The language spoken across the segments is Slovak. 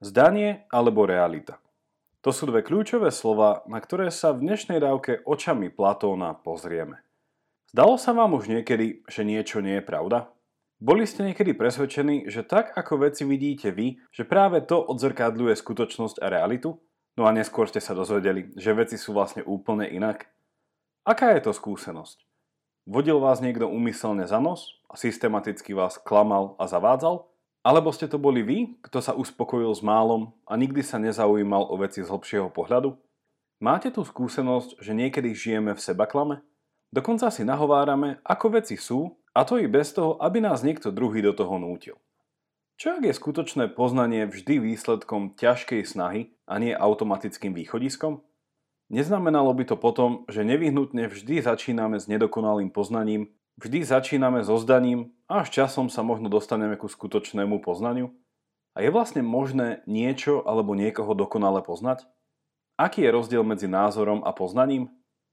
Zdanie alebo realita. To sú dve kľúčové slova, na ktoré sa v dnešnej dávke očami Platóna pozrieme. Zdalo sa vám už niekedy, že niečo nie je pravda? Boli ste niekedy presvedčení, že tak ako veci vidíte vy, že práve to odzrkadľuje skutočnosť a realitu? No a neskôr ste sa dozvedeli, že veci sú vlastne úplne inak? Aká je to skúsenosť? Vodil vás niekto úmyselne za nos a systematicky vás klamal a zavádzal? Alebo ste to boli vy, kto sa uspokojil s málom a nikdy sa nezaujímal o veci z hlbšieho pohľadu? Máte tú skúsenosť, že niekedy žijeme v sebaklame? Dokonca si nahovárame, ako veci sú, a to i bez toho, aby nás niekto druhý do toho nútil. Čo ak je skutočné poznanie vždy výsledkom ťažkej snahy a nie automatickým východiskom? Neznamenalo by to potom, že nevyhnutne vždy začíname s nedokonalým poznaním, vždy začíname so zdaním a až časom sa možno dostaneme ku skutočnému poznaniu? A je vlastne možné niečo alebo niekoho dokonale poznať? Aký je rozdiel medzi názorom a poznaním?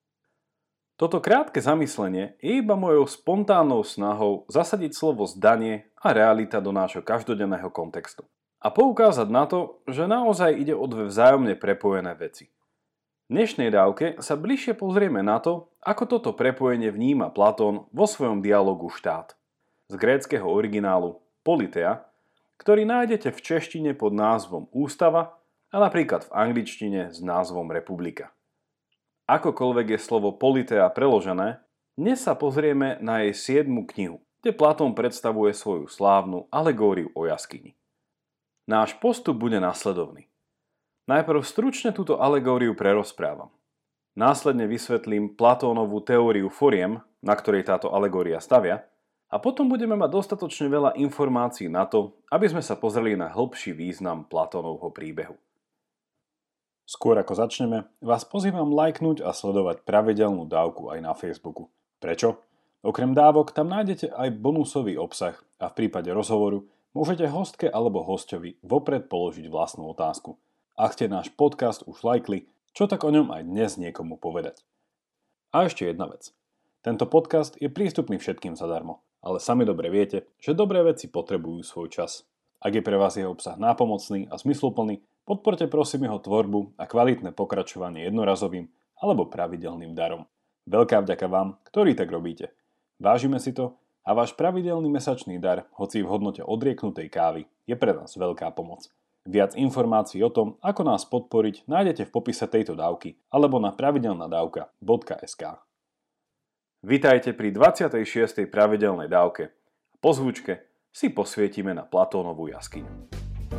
Toto krátke zamyslenie je iba mojou spontánnou snahou zasadiť slovo zdanie a realita do nášho každodenného kontextu. A poukázať na to, že naozaj ide o dve vzájomne prepojené veci. V dnešnej dávke sa bližšie pozrieme na to, ako toto prepojenie vníma Platón vo svojom dialogu Štát. Z gréckeho originálu Politeia, ktorý nájdete v češtine pod názvom Ústava a napríklad v angličtine s názvom Republika. Akokoľvek je slovo Politeia preložené, dnes sa pozrieme na jej 7. knihu, kde Platón predstavuje svoju slávnu alegóriu o jaskyni. Náš postup bude nasledovný. Najprv stručne túto alegóriu prerozprávam. Následne vysvetlím Platónovú teóriu foriem, na ktorej táto alegória stavia, a potom budeme mať dostatočne veľa informácií na to, aby sme sa pozreli na hĺbší význam Platónovho príbehu. Skôr ako začneme, vás pozývam lajknúť a sledovať pravidelnú dávku aj na Facebooku. Prečo? Okrem dávok tam nájdete aj bonusový obsah a v prípade rozhovoru môžete hostke alebo hostovi vopred položiť vlastnú otázku. Ak ste náš podcast už lajkli, čo tak o ňom aj dnes niekomu povedať. A ešte jedna vec. Tento podcast je prístupný všetkým zadarmo, ale sami dobre viete, že dobré veci potrebujú svoj čas. Ak je pre vás jeho obsah nápomocný a zmysluplný, podporte prosím jeho tvorbu a kvalitné pokračovanie jednorazovým alebo pravidelným darom. Veľká vďaka vám, ktorí tak robíte. Vážime si to a váš pravidelný mesačný dar, hoci v hodnote odrieknutej kávy, je pre nás veľká pomoc. Viac informácií o tom, ako nás podporiť, nájdete v popise tejto dávky alebo na pravidelnadavka.sk. Vitajte pri 26. pravidelnej dávke. Po zvučke si posvietime na Platónovú jaskyňu.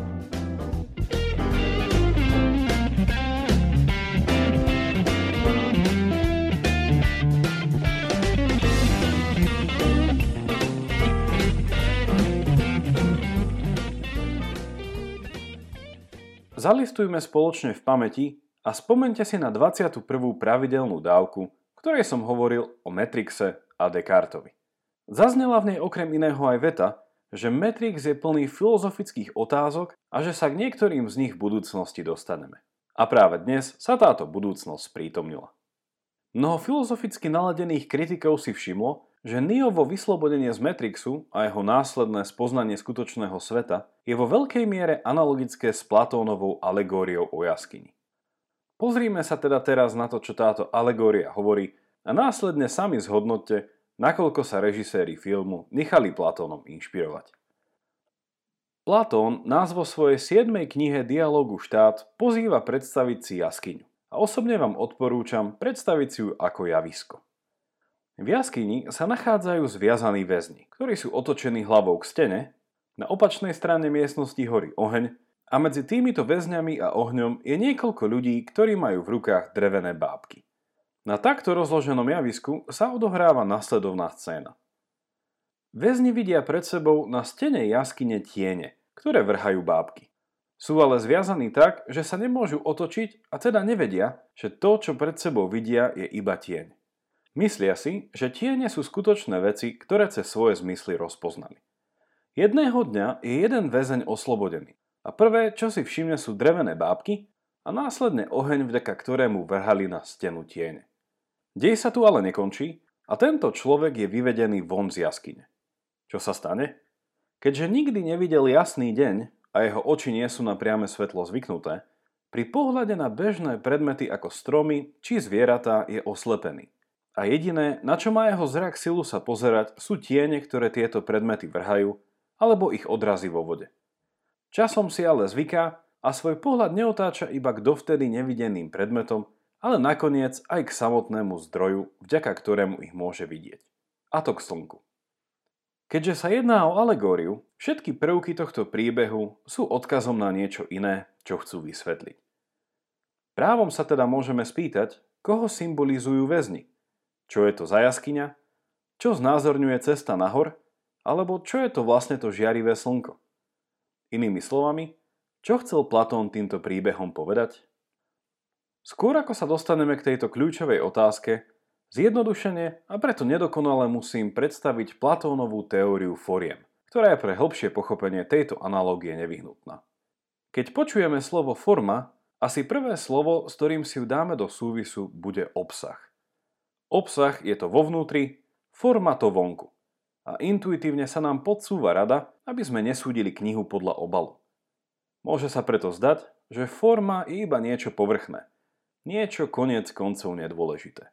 Zalistujme spoločne v pamäti a spomeňte si na 21. pravidelnú dávku, ktorej som hovoril o Matrixe a Descartovi. Zaznela v nej okrem iného aj veta, že Matrix je plný filozofických otázok a že sa k niektorým z nich v budúcnosti dostaneme. A práve dnes sa táto budúcnosť sprítomnila. Mnoho filozoficky naladených kritikov si všimlo, že Neovo vyslobodenie z Matrixu a jeho následné spoznanie skutočného sveta je vo veľkej miere analogické s Platónovou alegóriou o jaskyni. Pozrime sa teda teraz na to, čo táto alegória hovorí a následne sami zhodnoťte, nakoľko sa režiséri filmu nechali Platónom inšpirovať. Platón nás vo svojej 7. knihe Dialógu Štát pozýva predstaviť si jaskyňu a osobne vám odporúčam predstaviť si ju ako javisko. V jaskyni sa nachádzajú zviazaní väzni, ktorí sú otočení hlavou k stene, na opačnej strane miestnosti horí oheň a medzi týmito väzňami a ohňom je niekoľko ľudí, ktorí majú v rukách drevené bábky. Na takto rozloženom javisku sa odohráva nasledovná scéna. Väzni vidia pred sebou na stene jaskyne tiene, ktoré vrhajú bábky. Sú ale zviazaní tak, že sa nemôžu otočiť a teda nevedia, že to, čo pred sebou vidia, je iba tieň. Myslia si, že tiene sú skutočné veci, ktoré cez svoje zmysly rozpoznali. Jedného dňa je jeden väzeň oslobodený a prvé, čo si všimne, sú drevené bábky a následne oheň, vďaka ktorému vrhali na stenu tiene. Dej sa tu ale nekončí a tento človek je vyvedený von z jaskyne. Čo sa stane? Keďže nikdy nevidel jasný deň, a jeho oči nie sú na priame svetlo zvyknuté, pri pohľade na bežné predmety ako stromy či zvieratá je oslepený. A jediné, na čo má jeho zrak silu sa pozerať, sú tiene, ktoré tieto predmety vrhajú, alebo ich odrazy vo vode. Časom si ale zvyká a svoj pohľad neotáča iba k dovtedy nevideným predmetom, ale nakoniec aj k samotnému zdroju, vďaka ktorému ich môže vidieť. A to k slnku. Keďže sa jedná o alegóriu, všetky prvky tohto príbehu sú odkazom na niečo iné, čo chcú vysvetliť. Právom sa teda môžeme spýtať, koho symbolizujú väzni, čo je to za jaskyňa, čo znázorňuje cesta nahor, alebo čo je to vlastne to žiarivé slnko. Inými slovami, čo chcel Platón týmto príbehom povedať? Skôr ako sa dostaneme k tejto kľúčovej otázke, zjednodušene a preto nedokonale musím predstaviť Platónovú teóriu foriem, ktorá je pre hĺbšie pochopenie tejto analógie nevyhnutná. Keď počujeme slovo forma, asi prvé slovo, s ktorým si ju dáme do súvisu, bude obsah. Obsah je to vo vnútri, forma to vonku. A intuitívne sa nám podsúva rada, aby sme nesúdili knihu podľa obalu. Môže sa preto zdať, že forma je iba niečo povrchné. Niečo koniec koncov nedôležité.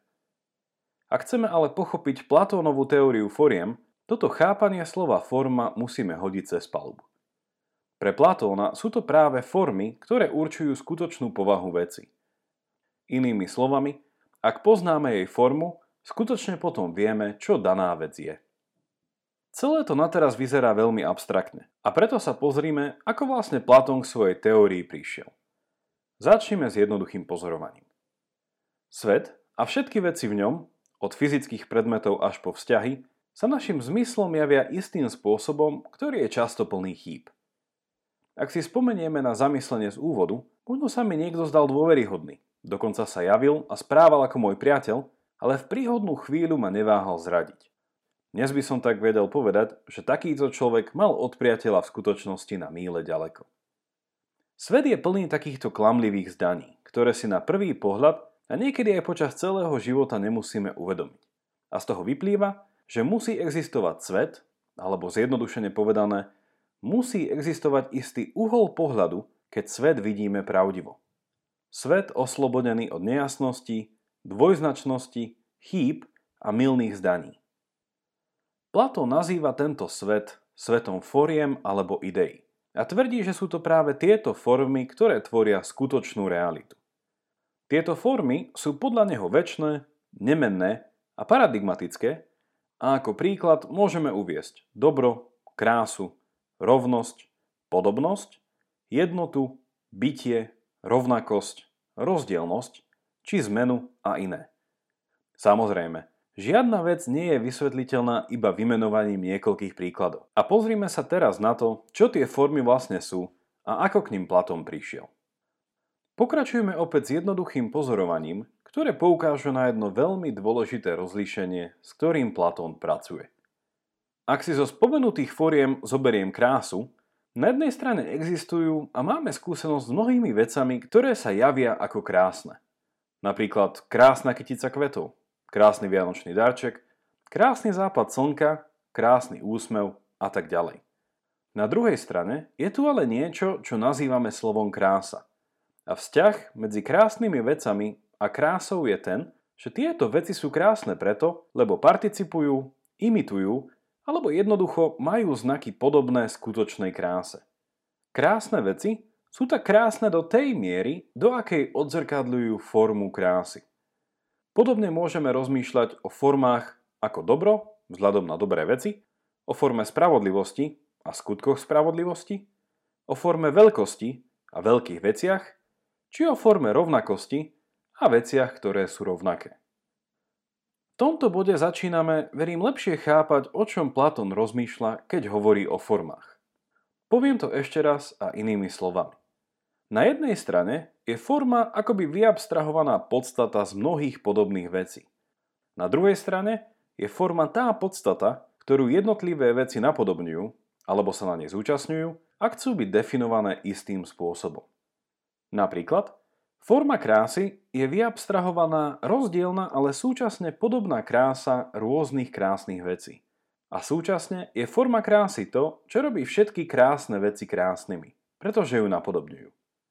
Ak chceme ale pochopiť Platónovú teóriu foriem, toto chápanie slova forma musíme hodiť cez palubu. Pre Platóna sú to práve formy, ktoré určujú skutočnú povahu veci. Inými slovami, ak poznáme jej formu, skutočne potom vieme, čo daná vec je. Celé to nateraz vyzerá veľmi abstraktne a preto sa pozrime, ako vlastne Platón k svojej teórii prišiel. Začneme s jednoduchým pozorovaním. Svet a všetky veci v ňom, od fyzických predmetov až po vzťahy, sa našim zmyslom javia istým spôsobom, ktorý je často plný chýb. Ak si spomenieme na zamyslenie z úvodu, možno sa mi niekto zdal dôveryhodný, dokonca sa javil a správal ako môj priateľ, ale v príhodnú chvíľu ma neváhal zradiť. Dnes by som tak vedel povedať, že takýto človek mal od priateľa v skutočnosti na míle ďaleko. Svet je plný takýchto klamlivých zdaní, ktoré si na prvý pohľad a niekedy aj počas celého života nemusíme uvedomiť. A z toho vyplýva, že musí existovať svet, alebo zjednodušene povedané, musí existovať istý uhol pohľadu, keď svet vidíme pravdivo. Svet oslobodený od nejasností, dvojznačnosti, chýb a mylných zdaní. Platón nazýva tento svet svetom foriem alebo ideí a tvrdí, že sú to práve tieto formy, ktoré tvoria skutočnú realitu. Tieto formy sú podľa neho večné, nemenné a paradigmatické a ako príklad môžeme uviesť dobro, krásu, rovnosť, podobnosť, jednotu, bytie, rovnakosť, rozdielnosť či zmenu a iné. Samozrejme, žiadna vec nie je vysvetliteľná iba vymenovaním niekoľkých príkladov. A pozrime sa teraz na to, čo tie formy vlastne sú a ako k nim Platón prišiel. Pokračujeme opäť s jednoduchým pozorovaním, ktoré poukáže na jedno veľmi dôležité rozlíšenie, s ktorým Platón pracuje. Ak si zo spomenutých foriem zoberiem krásu, na jednej strane existujú a máme skúsenosť s mnohými vecami, ktoré sa javia ako krásne. Napríklad krásna kytica kvetov, krásny vianočný darček, krásny západ slnka, krásny úsmev a tak ďalej. Na druhej strane je tu ale niečo, čo nazývame slovom krása. A vzťah medzi krásnymi vecami a krásou je ten, že tieto veci sú krásne preto, lebo participujú, imitujú alebo jednoducho majú znaky podobné skutočnej kráse. Krásne veci sú tak krásne do tej miery, do akej odzrkadľujú formu krásy. Podobne môžeme rozmýšľať o formách ako dobro, vzhľadom na dobré veci, o forme spravodlivosti a skutkoch spravodlivosti, o forme veľkosti a veľkých veciach, či o forme rovnakosti a veciach, ktoré sú rovnaké. V tomto bode začíname, verím, lepšie chápať, o čom Platón rozmýšľa, keď hovorí o formách. Poviem to ešte raz a inými slovami. Na jednej strane je forma akoby vyabstrahovaná podstata z mnohých podobných vecí. Na druhej strane je forma tá podstata, ktorú jednotlivé veci napodobňujú alebo sa na nej zúčastňujú a chcú byť definované istým spôsobom. Napríklad, forma krásy je vyabstrahovaná rozdielna, ale súčasne podobná krása rôznych krásnych vecí. A súčasne je forma krásy to, čo robí všetky krásne veci krásnymi. pretože ju napodobňujú.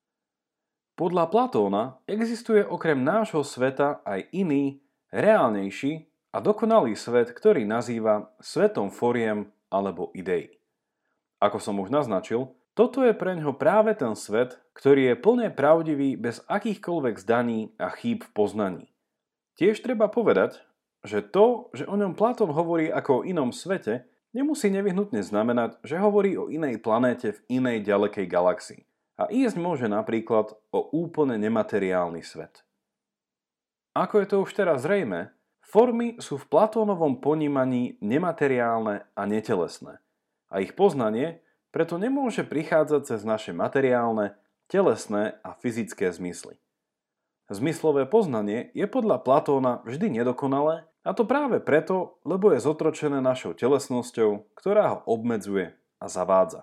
Podľa Platóna existuje okrem nášho sveta aj iný, reálnejší a dokonalý svet, ktorý nazýva svetom foriem alebo ideí. Ako som už naznačil, toto je preňho práve ten svet, ktorý je plne pravdivý bez akýchkoľvek zdaní a chýb v poznaní. Tiež treba povedať, že to, že o ňom Platón hovorí ako o inom svete, nemusí nevyhnutne znamenať, že hovorí o inej planéte v inej ďalekej galaxii. A ísť môže napríklad o úplne nemateriálny svet. Ako je to už teraz zrejmé, formy sú v Platónovom ponímaní nemateriálne a netelesné. A ich poznanie preto nemôže prichádzať cez naše materiálne, telesné a fyzické zmysly. Zmyslové poznanie je podľa Platóna vždy nedokonalé, a to práve preto, lebo je zotročené našou telesnosťou, ktorá ho obmedzuje a zavádza.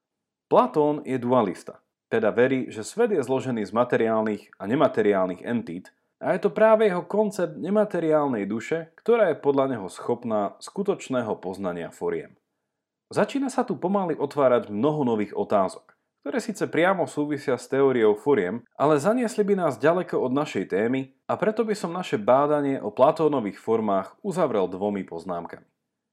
Platón je dualista. Teda verí, že svet je zložený z materiálnych a nemateriálnych entít a je to práve jeho koncept nemateriálnej duše, ktorá je podľa neho schopná skutočného poznania foriem. Začína sa tu pomaly otvárať mnoho nových otázok, ktoré síce priamo súvisia s teóriou foriem, ale zaniesli by nás ďaleko od našej témy a preto by som naše bádanie o Platónových formách uzavrel dvomi poznámkami.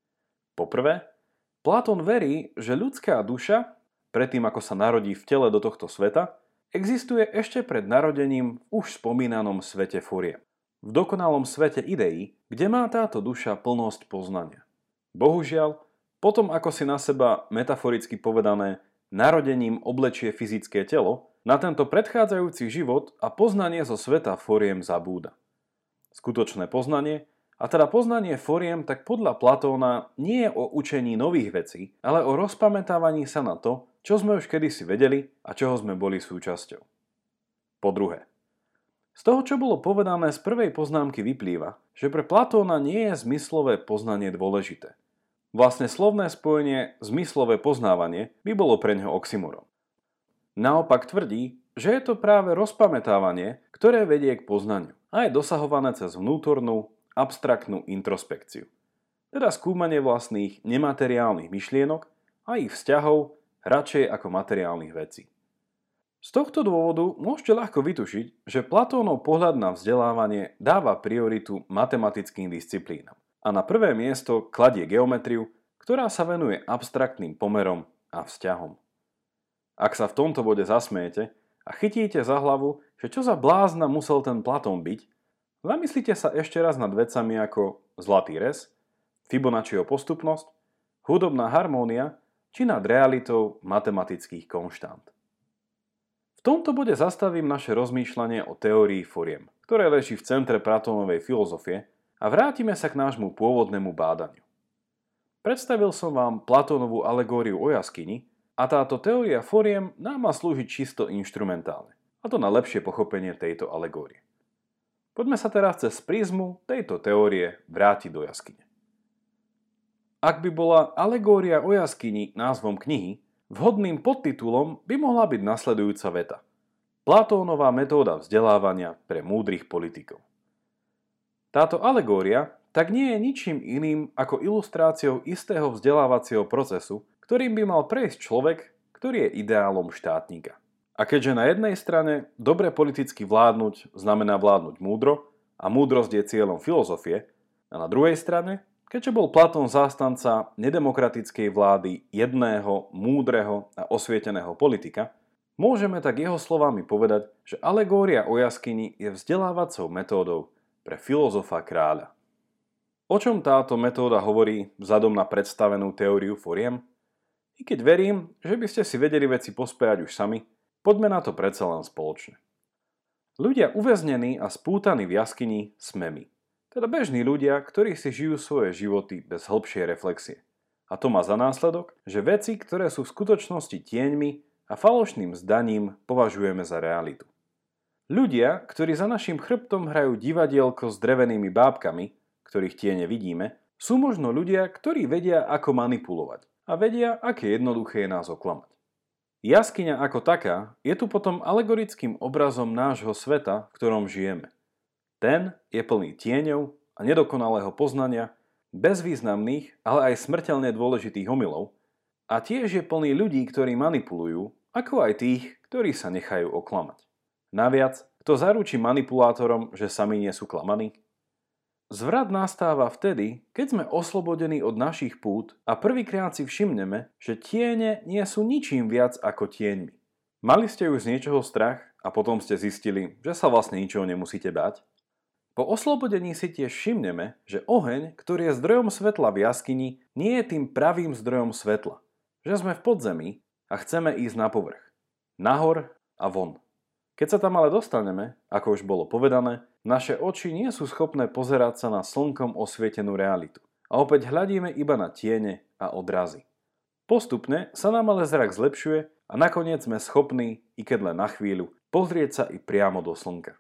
Poprvé, Platón verí, že ľudská duša predtým ako sa narodí v tele do tohto sveta, existuje ešte pred narodením v už spomínanom svete foriem. V dokonalom svete ideí, kde má táto duša plnosť poznania. Bohužiaľ, potom ako si na seba, metaforicky povedané, narodením oblečie fyzické telo, na tento predchádzajúci život a poznanie zo sveta foriem zabúda. Skutočné poznanie, a teda poznanie foriem, tak podľa Platóna nie je o učení nových vecí, ale o rozpamätávaní sa na to, čo sme už kedysi vedeli a čoho sme boli súčasťou. Po druhé, z toho, čo bolo povedané z prvej poznámky vyplýva, že pre Platóna nie je zmyslové poznanie dôležité. Vlastne slovné spojenie zmyslové poznávanie by bolo pre ňoho oxymoron. Naopak tvrdí, že je to práve rozpamätávanie, ktoré vedie k poznaniu a je dosahované cez vnútornú, abstraktnú introspekciu. Teda skúmanie vlastných nemateriálnych myšlienok a ich vzťahov radšej ako materiálnych vecí. Z tohto dôvodu môžete ľahko vytušiť, že Platónov pohľad na vzdelávanie dáva prioritu matematickým disciplínam a na prvé miesto kladie geometriu, ktorá sa venuje abstraktným pomerom a vzťahom. Ak sa v tomto bode zasmiete a chytíte za hlavu, že čo za blázna musel ten Platón byť, zamyslite sa ešte raz nad vecami ako zlatý rez, Fibonacciho postupnosť, hudobná harmónia či nad realitou matematických konštant. V tomto bode zastavím naše rozmýšľanie o teórii foriem, ktoré leží v centre Platónovej filozofie a vrátime sa k nášmu pôvodnému bádaniu. Predstavil som vám Platónovú alegóriu o jaskyni a táto teória foriem nám má slúžiť čisto inštrumentálne, a to na lepšie pochopenie tejto alegórie. Poďme sa teraz cez prízmu tejto teórie vrátiť do jaskyne. Ak by bola alegória o jaskyni názvom knihy, vhodným podtitulom by mohla byť nasledujúca veta. Platónová metóda vzdelávania pre múdrych politikov. Táto alegória tak nie je ničím iným ako ilustráciou istého vzdelávacieho procesu, ktorým by mal prejsť človek, ktorý je ideálom štátnika. A keďže na jednej strane dobre politicky vládnuť znamená vládnuť múdro a múdrosť je cieľom filozofie, a na druhej strane, keďže bol Platón zástanca nedemokratickej vlády jedného, múdreho a osvieteného politika, môžeme tak jeho slovami povedať, že alegória o jaskyni je vzdelávacou metódou pre filozofa kráľa. O čom táto metóda hovorí vzhľadom na predstavenú teóriu foriem? I keď verím, že by ste si vedeli veci pospájať už sami, poďme na to predsa len spoločne. Ľudia uväznení a spútaní v jaskyni sme my. Teda bežní ľudia, ktorí si žijú svoje životy bez hĺbšej reflexie. A to má za následok, že veci, ktoré sú v skutočnosti tieňmi a falošným zdaním, považujeme za realitu. Ľudia, ktorí za našim chrbtom hrajú divadielko s drevenými bábkami, ktorých tiene vidíme, sú možno ľudia, ktorí vedia, ako manipulovať a vedia, aké jednoduché je nás oklamať. Jaskyňa ako taká je tu potom alegorickým obrazom nášho sveta, v ktorom žijeme. Ten je plný tieňov a nedokonalého poznania, bezvýznamných, ale aj smrteľne dôležitých omylov a tiež je plný ľudí, ktorí manipulujú ako aj tých, ktorí sa nechajú oklamať. Naviac, kto zaručí manipulátorom, že sami nie sú klamaní? Zvrat nastáva vtedy, keď sme oslobodení od našich pút a prvýkrát si všimneme, že tiene nie sú ničím viac ako tieňmi. Mali ste už z niečoho strach a potom ste zistili, že sa vlastne ničoho nemusíte báť? Po oslobodení si tiež všimneme, že oheň, ktorý je zdrojom svetla v jaskyni, nie je tým pravým zdrojom svetla. Že sme v podzemí a chceme ísť na povrch. Nahor a von. Keď sa tam ale dostaneme, ako už bolo povedané, naše oči nie sú schopné pozerať sa na slnkom osvietenú realitu. A opäť hľadíme iba na tiene a odrazy. Postupne sa nám ale zrak zlepšuje a nakoniec sme schopní, i keď len na chvíľu, pozrieť sa i priamo do slnka.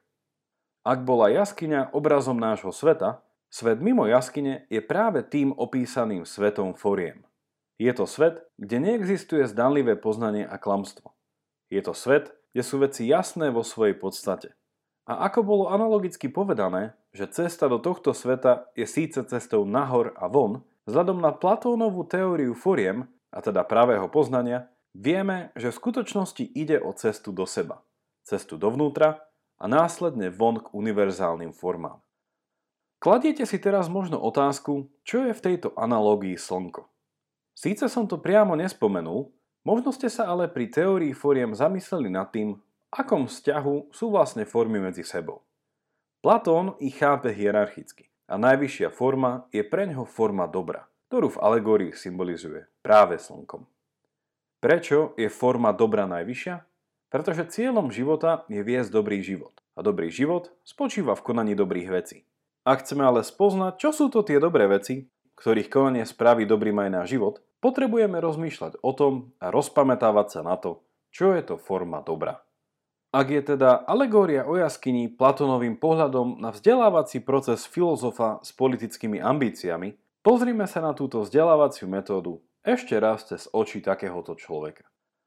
Ak bola jaskyňa obrazom nášho sveta, svet mimo jaskyne je práve tým opísaným svetom foriem. Je to svet, kde neexistuje zdanlivé poznanie a klamstvo. Je to svet, kde sú veci jasné vo svojej podstate. A ako bolo analogicky povedané, že cesta do tohto sveta je síce cestou nahor a von, vzhľadom na Platónovú teóriu foriem, a teda pravého poznania, vieme, že v skutočnosti ide o cestu do seba, cestu dovnútra a následne von k univerzálnym formám. Kladiete si teraz možno otázku, čo je v tejto analógii slnko. Síce som to priamo nespomenul, možno ste sa ale pri teórii foriem zamysleli nad tým, akom vzťahu sú vlastne formy medzi sebou. Platón ich chápe hierarchicky a najvyššia forma je preňho forma dobra, ktorú v alegórii symbolizuje práve slnkom. Prečo je forma dobra najvyššia? Pretože cieľom života je viesť dobrý život. A dobrý život spočíva v konaní dobrých vecí. Ak chceme ale spoznať, čo sú to tie dobré veci, ktorých konanie spraví dobrým aj náš život, potrebujeme rozmýšľať o tom a rozpamätávať sa na to, čo je to forma dobra. Ak je teda alegória o jaskyni Platónovým pohľadom na vzdelávací proces filozofa s politickými ambíciami, pozrime sa na túto vzdelávaciu metódu ešte raz cez oči takéhoto človeka.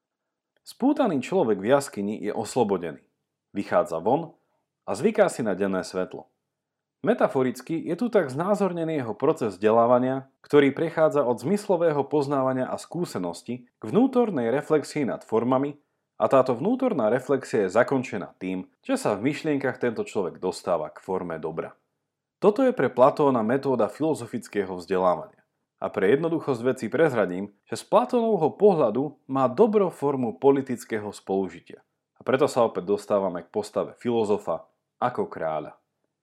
Spútaný človek v jaskyni je oslobodený. Vychádza von a zvyká si na denné svetlo. Metaforicky je tu tak znázornený jeho proces vzdelávania, ktorý prechádza od zmyslového poznávania a skúsenosti k vnútornej reflexii nad formami a táto vnútorná reflexia je zakončená tým, že sa v myšlienkach tento človek dostáva k forme dobra. Toto je pre Platóna metóda filozofického vzdelávania. A pre jednoduchosť veci prezradím, že z Platónovho pohľadu má dobro formu politického spolužitia. A preto sa opäť dostávame k postave filozofa ako kráľa.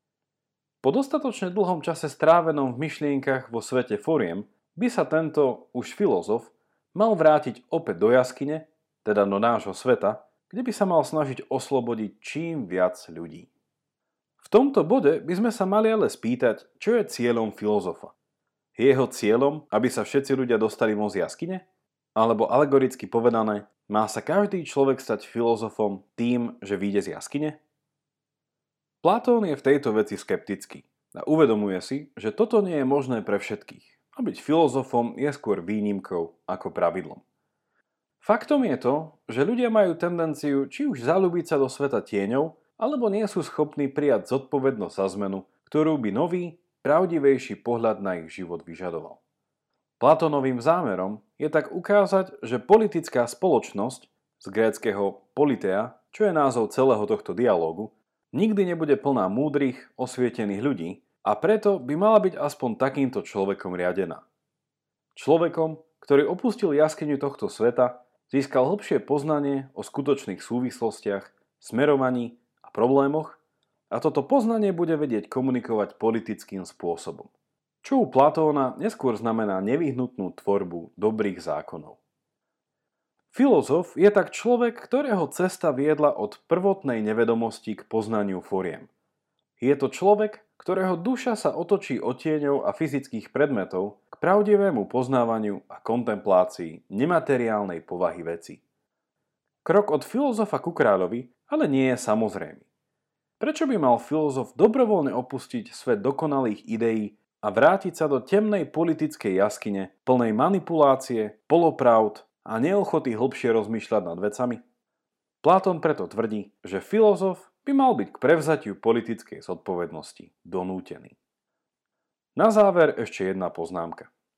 Po dostatočne dlhom čase strávenom v myšlienkach vo svete foriem by sa tento už filozof mal vrátiť opäť do jaskyne, teda do nášho sveta, kde by sa mal snažiť oslobodiť čím viac ľudí. V tomto bode by sme sa mali ale spýtať, čo je cieľom filozofa. Je jeho cieľom, aby sa všetci ľudia dostali von z jaskyne? Alebo alegoricky povedané, má sa každý človek stať filozofom tým, že vyjde z jaskyne? Platón je v tejto veci skeptický a uvedomuje si, že toto nie je možné pre všetkých a byť filozofom je skôr výnimkou ako pravidlom. Faktom je to, že ľudia majú tendenciu či už zaľúbiť sa do sveta tieňov, alebo nie sú schopní prijať zodpovednosť za zmenu, ktorú by nový, pravdivejší pohľad na ich život vyžadoval. Platónovým zámerom je tak ukázať, že politická spoločnosť, z gréckeho politeia, čo je názov celého tohto dialógu, nikdy nebude plná múdrych, osvietených ľudí a preto by mala byť aspoň takýmto človekom riadená. Človekom, ktorý opustil jaskyňu tohto sveta, získal hlbšie poznanie o skutočných súvislostiach, smerovaní a problémoch a toto poznanie bude vedieť komunikovať politickým spôsobom. Čo u Platóna neskôr znamená nevyhnutnú tvorbu dobrých zákonov. Filozof je tak človek, ktorého cesta viedla od prvotnej nevedomosti k poznaniu foriem. Je to človek, ktorého duša sa otočí od tieňov a fyzických predmetov k pravdivému poznávaniu a kontemplácii nemateriálnej povahy veci. Krok od filozofa ku kráľovi ale nie je samozrejmý. Prečo by mal filozof dobrovoľne opustiť svet dokonalých ideí a vrátiť sa do temnej politickej jaskyne, plnej manipulácie, polopravd a neochoty hlbšie rozmýšľať nad vecami? Platón preto tvrdí, že filozof by mal byť k prevzatiu politickej zodpovednosti donútený. Na záver ešte jedna poznámka.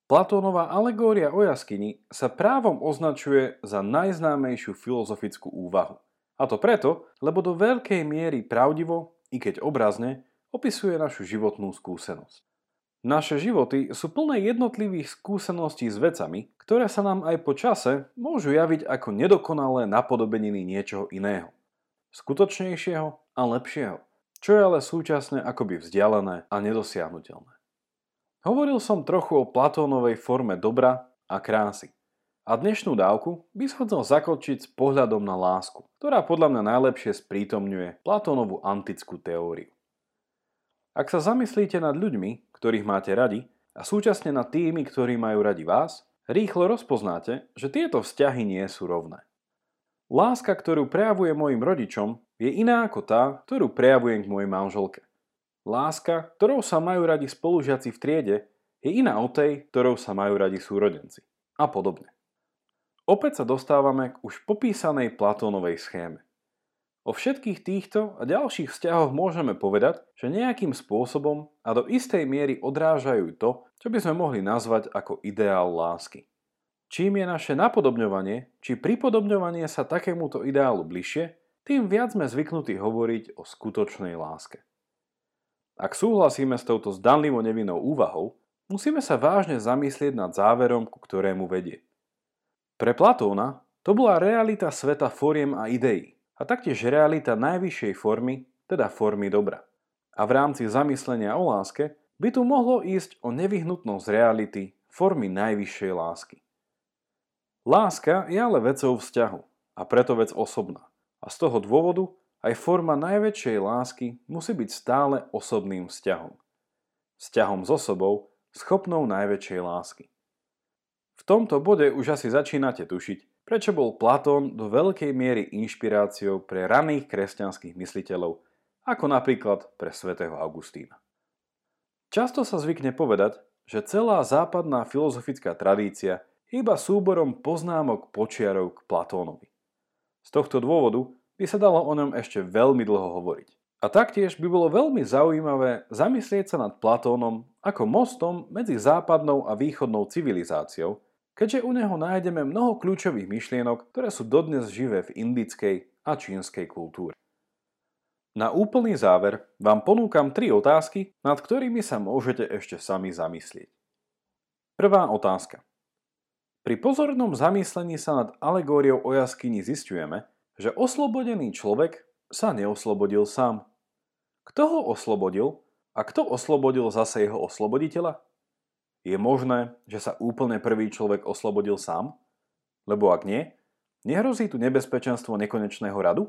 Platónova alegória o jaskyni sa právom označuje za najznámejšiu filozofickú úvahu. A to preto, lebo do veľkej miery pravdivo, i keď obrazne, opisuje našu životnú skúsenosť. Naše životy sú plné jednotlivých skúseností s vecami, ktoré sa nám aj po čase môžu javiť ako nedokonalé napodobeniny niečoho iného. Skutočnejšieho a lepšieho, čo je ale súčasne akoby vzdialené a nedosiahnuteľné. Hovoril som trochu o Platónovej forme dobra a krásy. A dnešnú dávku by som chcel zakočiť s pohľadom na lásku, ktorá podľa mňa najlepšie sprítomňuje Platónovú antickú teóriu. Ak sa zamyslíte nad ľuďmi, ktorých máte radi, a súčasne nad tými, ktorí majú radi vás, rýchlo rozpoznáte, že tieto vzťahy nie sú rovné. Láska, ktorú prejavujem mojim rodičom, je iná ako tá, ktorú prejavujem k mojej manželke. Láska, ktorou sa majú radi spolužiaci v triede, je iná od tej, ktorou sa majú radi súrodenci. A podobne. Opäť sa dostávame k už popísanej Platónovej schéme. O všetkých týchto a ďalších vzťahoch môžeme povedať, že nejakým spôsobom a do istej miery odrážajú to, čo by sme mohli nazvať ako ideál lásky. Čím je naše napodobňovanie či pripodobňovanie sa takémuto ideálu bližšie, tým viac sme zvyknutí hovoriť o skutočnej láske. Ak súhlasíme s touto zdanlivo nevinnou úvahou, musíme sa vážne zamyslieť nad záverom, ku ktorému vedie. Pre Platóna to bola realita sveta foriem a ideí a taktiež realita najvyššej formy, teda formy dobra. A v rámci zamyslenia o láske by tu mohlo ísť o nevyhnutnosť reality formy najvyššej lásky. Láska je ale vecou vzťahu a preto vec osobná. A z toho dôvodu aj forma najväčšej lásky musí byť stále osobným vzťahom. Vzťahom s osobou, schopnou najväčšej lásky. V tomto bode už asi začínate tušiť, prečo bol Platón do veľkej miery inšpiráciou pre raných kresťanských mysliteľov, ako napríklad pre svätého Augustína. Často sa zvykne povedať, že celá západná filozofická tradícia je iba súborom poznámok počiarov k Platónovi. Z tohto dôvodu by sa dalo o ňom ešte veľmi dlho hovoriť. A taktiež by bolo veľmi zaujímavé zamyslieť sa nad Platónom ako mostom medzi západnou a východnou civilizáciou, keďže u neho nájdeme mnoho kľúčových myšlienok, ktoré sú dodnes živé v indickej a čínskej kultúre. Na úplný záver vám ponúkam 3 otázky, nad ktorými sa môžete ešte sami zamyslieť. Prvá otázka. Pri pozornom zamyslení sa nad alegóriou o jaskyni zisťujeme, že oslobodený človek sa neoslobodil sám. Kto ho oslobodil a kto oslobodil zase jeho osloboditeľa? Je možné, že sa úplne prvý človek oslobodil sám? Lebo ak nie, nehrozí tu nebezpečenstvo nekonečného radu?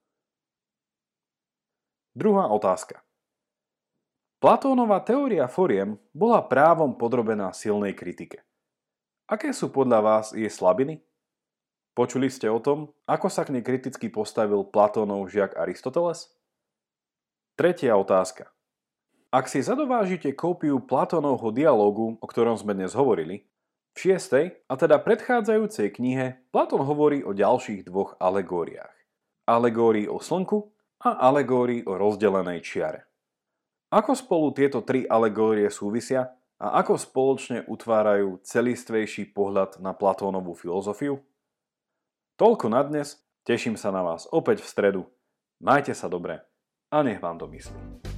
Druhá otázka. Platónova teória foriem bola právom podrobená silnej kritike. Aké sú podľa vás jej slabiny? Počuli ste o tom, ako sa k nej kriticky postavil Platónov žiak Aristoteles? Tretia otázka. Ak si zadovážite kópiu Platónovho dialógu, o ktorom sme dnes hovorili, v 6., a teda predchádzajúcej knihe Platón hovorí o ďalších 2 alegóriách. Alegórii o slnku a alegórii o rozdelenej čiare. Ako spolu tieto 3 alegórie súvisia a ako spoločne utvárajú celistvejší pohľad na Platónovú filozofiu? Toľko na dnes, teším sa na vás opäť v stredu. Majte sa dobre a nech vám to myslí.